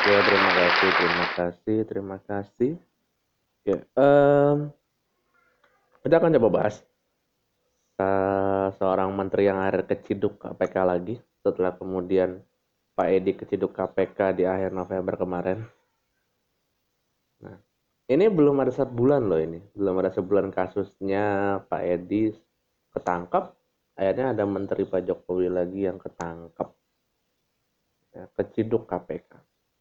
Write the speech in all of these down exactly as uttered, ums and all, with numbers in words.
Ya, terima kasih, terima kasih, terima kasih. Ya, em, kita akan coba bahas eh, seorang menteri yang akhirnya keciduk K P K lagi setelah kemudian Pak Edi keciduk K P K di akhir November kemarin. Nah, ini belum ada sebulan loh ini, belum ada sebulan kasusnya Pak Edi ketangkap. Akhirnya ada Menteri Pak Jokowi lagi yang ketangkap, ya, keciduk K P K.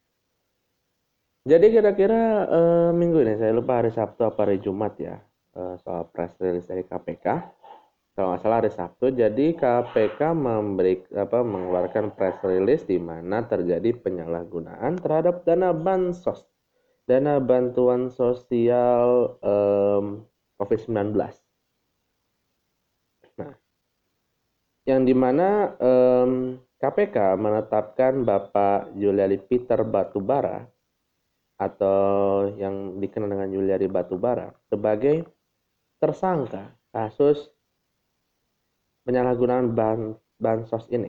Jadi kira-kira eh, minggu ini, saya lupa hari Sabtu apa hari Jumat ya, eh, soal press release dari K P K. Kalau nggak salah hari Sabtu, jadi K P K memberi apa mengeluarkan press release di mana terjadi penyalahgunaan terhadap dana bansos, dana bantuan sosial em, covid sembilan belas. Nah, yang dimana em, K P K menetapkan Bapak Juliari Peter Batubara atau yang dikenal dengan Juliari Batubara sebagai tersangka kasus penyalahgunaan ban bansos ini.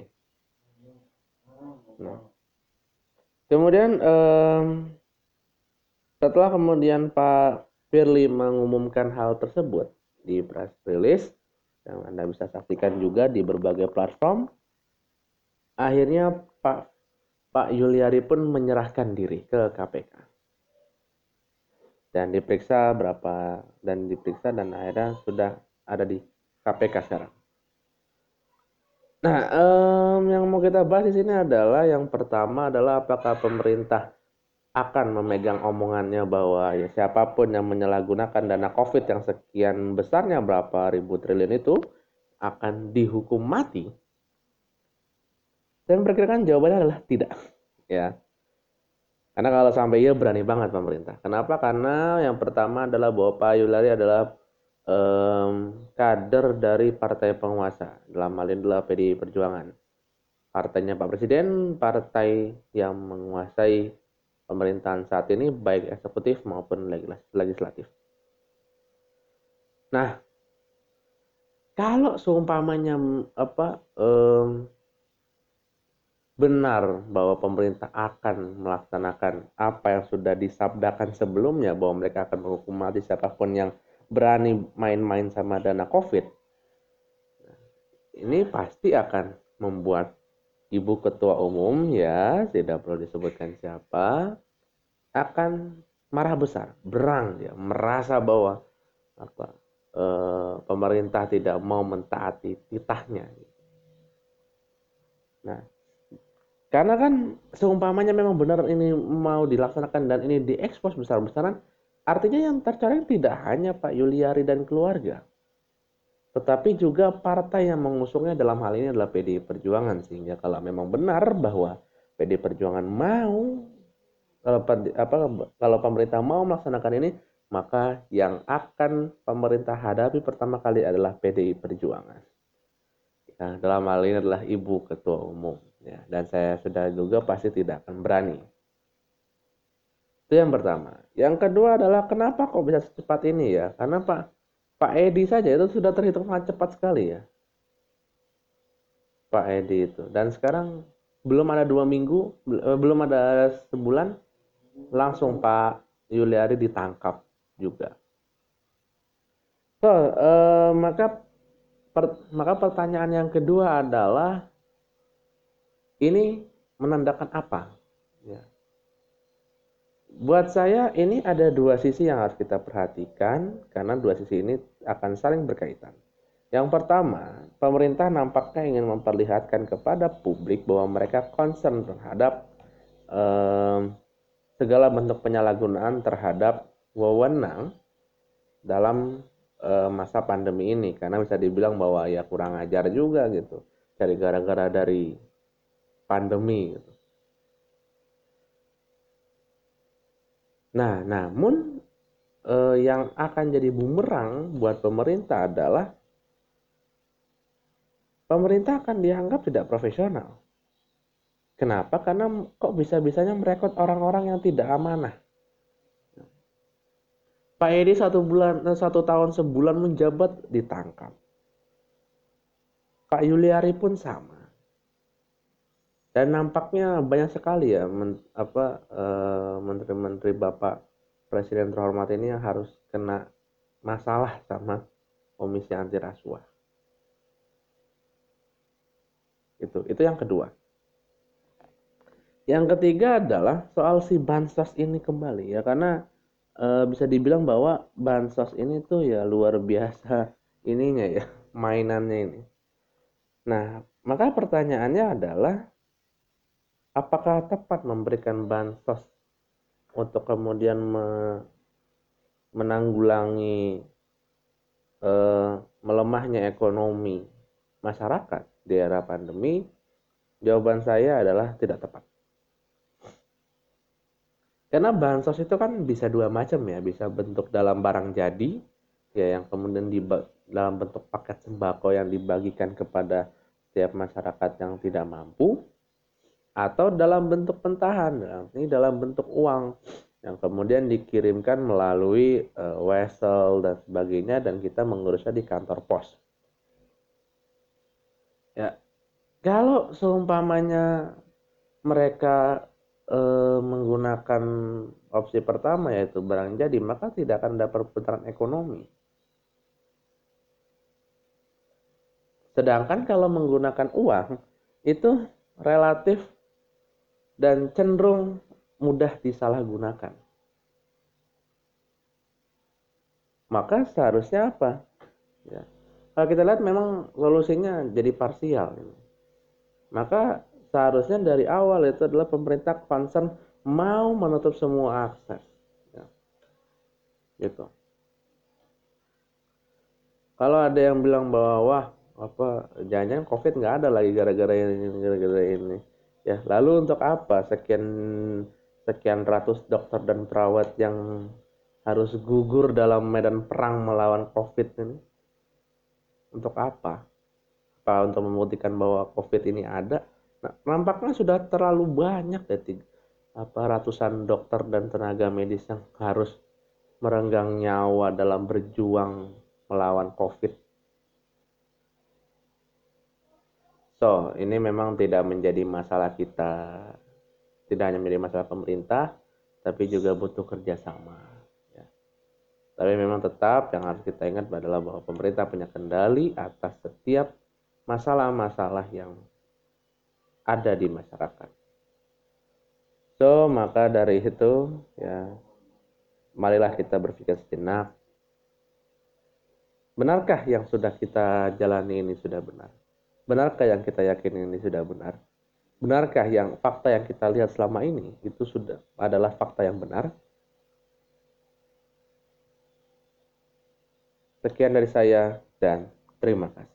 Nah, kemudian em, setelah kemudian Pak Firly mengumumkan hal tersebut di press release yang Anda bisa saksikan juga di berbagai platform, akhirnya Pak Pak Yuliari pun menyerahkan diri ke K P K dan diperiksa berapa dan diperiksa dan akhirnya sudah ada di K P K sekarang. Nah, em, yang mau kita bahas di sini adalah yang pertama adalah apakah pemerintah akan memegang omongannya bahwa ya siapapun yang menyalahgunakan dana COVID yang sekian besarnya berapa ribu triliun itu akan dihukum mati. Dan perkirakan jawabannya adalah tidak. Ya, karena kalau sampai iya berani banget pemerintah. Kenapa? Karena yang pertama adalah bahwa Pak Yulari adalah em, kader dari partai penguasa. Dalam hal ini adalah P D I Perjuangan. Partainya Pak Presiden, partai yang menguasai pemerintahan saat ini baik eksekutif maupun legislatif. Nah, kalau seumpamanya apa em, benar bahwa pemerintah akan melaksanakan apa yang sudah disabdakan sebelumnya bahwa mereka akan menghukum mati siapapun yang berani main-main sama dana COVID, ini pasti akan membuat Ibu Ketua Umum, ya tidak perlu disebutkan siapa, akan marah besar, berang dia, merasa bahwa apa eh, pemerintah tidak mau mentaati titahnya. Nah, karena kan seumpamanya memang benar ini mau dilaksanakan dan ini diekspos besar-besaran, artinya yang tercoreng tidak hanya Pak Yuliari dan keluarga, tetapi juga partai yang mengusungnya dalam hal ini adalah P D I Perjuangan. Sehingga kalau memang benar bahwa P D I Perjuangan mau kalau apa kalau pemerintah mau melaksanakan ini, maka yang akan pemerintah hadapi pertama kali adalah P D I Perjuangan. Nah, dalam hal ini adalah Ibu Ketua Umum, ya, dan saya sudah juga pasti tidak akan berani. Itu yang pertama. Yang kedua adalah kenapa kok bisa secepat ini ya? Karena Pak Pak Edi saja itu sudah terhitung sangat cepat sekali ya, Pak Edi itu. Dan sekarang belum ada dua minggu, eh, belum ada sebulan, langsung Pak Yuliari ditangkap juga. So, eh, maka per, maka pertanyaan yang kedua adalah ini menandakan apa? Ya. Buat saya ini ada dua sisi yang harus kita perhatikan karena dua sisi ini akan saling berkaitan. Yang pertama, pemerintah nampaknya ingin memperlihatkan kepada publik bahwa mereka concern terhadap eh, segala bentuk penyalahgunaan terhadap wewenang dalam eh, masa pandemi ini. Karena bisa dibilang bahwa ya kurang ajar juga gitu, dari gara-gara dari pandemi gitu. Nah, namun eh, yang akan jadi bumerang buat pemerintah adalah pemerintah akan dianggap tidak profesional. Kenapa? Karena kok bisa-bisanya merekrut orang-orang yang tidak amanah. Pak Edi satu bulan, eh, satu tahun sebulan menjabat ditangkap. Pak Yuliari pun sama. Dan nampaknya banyak sekali ya men, apa eh, menteri-menteri Bapak Presiden terhormat ini yang harus kena masalah sama Komisi Anti Rasuah. Itu itu yang kedua. Yang ketiga adalah soal si bansos ini kembali ya, karena e, bisa dibilang bahwa bansos ini tuh ya luar biasa ininya ya, mainannya ini. Nah, maka pertanyaannya adalah apakah tepat memberikan bansos untuk kemudian me, menanggulangi e, melemahnya ekonomi masyarakat di era pandemi? Jawaban saya adalah tidak tepat. Karena bansos itu kan bisa dua macam ya, bisa bentuk dalam barang jadi, ya yang kemudian di dalam bentuk paket sembako yang dibagikan kepada setiap masyarakat yang tidak mampu, atau dalam bentuk pentahan, ini dalam bentuk uang yang kemudian dikirimkan melalui uh, wesel dan sebagainya, dan kita mengurusnya di kantor pos. Ya, kalau seumpamanya mereka e, menggunakan opsi pertama yaitu barang jadi, maka tidak akan dapat putaran ekonomi. Sedangkan kalau menggunakan uang itu relatif dan cenderung mudah disalahgunakan. Maka seharusnya apa? Ya. Kalau kita lihat memang solusinya jadi parsial. Maka seharusnya dari awal itu adalah pemerintah concern mau menutup semua akses. Ya. Gitu. Kalau ada yang bilang bahwa wah apa jangan-jangan COVID nggak ada lagi gara-gara ini gara-gara ini, ya lalu untuk apa sekian sekian ratus dokter dan perawat yang harus gugur dalam medan perang melawan COVID ini? Untuk apa? Apa untuk membuktikan bahwa COVID ini ada? Nah, nampaknya sudah terlalu banyak deh apa ratusan dokter dan tenaga medis yang harus merenggang nyawa dalam berjuang melawan COVID. So, ini memang tidak menjadi masalah kita, tidak hanya menjadi masalah pemerintah, tapi juga butuh kerjasama. Ya. Tapi memang tetap yang harus kita ingat adalah bahwa pemerintah punya kendali atas setiap masalah-masalah yang ada di masyarakat. So, maka dari itu, ya, marilah kita berpikir sejenak. Benarkah yang sudah kita jalani ini sudah benar? Benarkah yang kita yakini ini sudah benar? Benarkah yang fakta yang kita lihat selama ini itu sudah adalah fakta yang benar? Sekian dari saya dan terima kasih.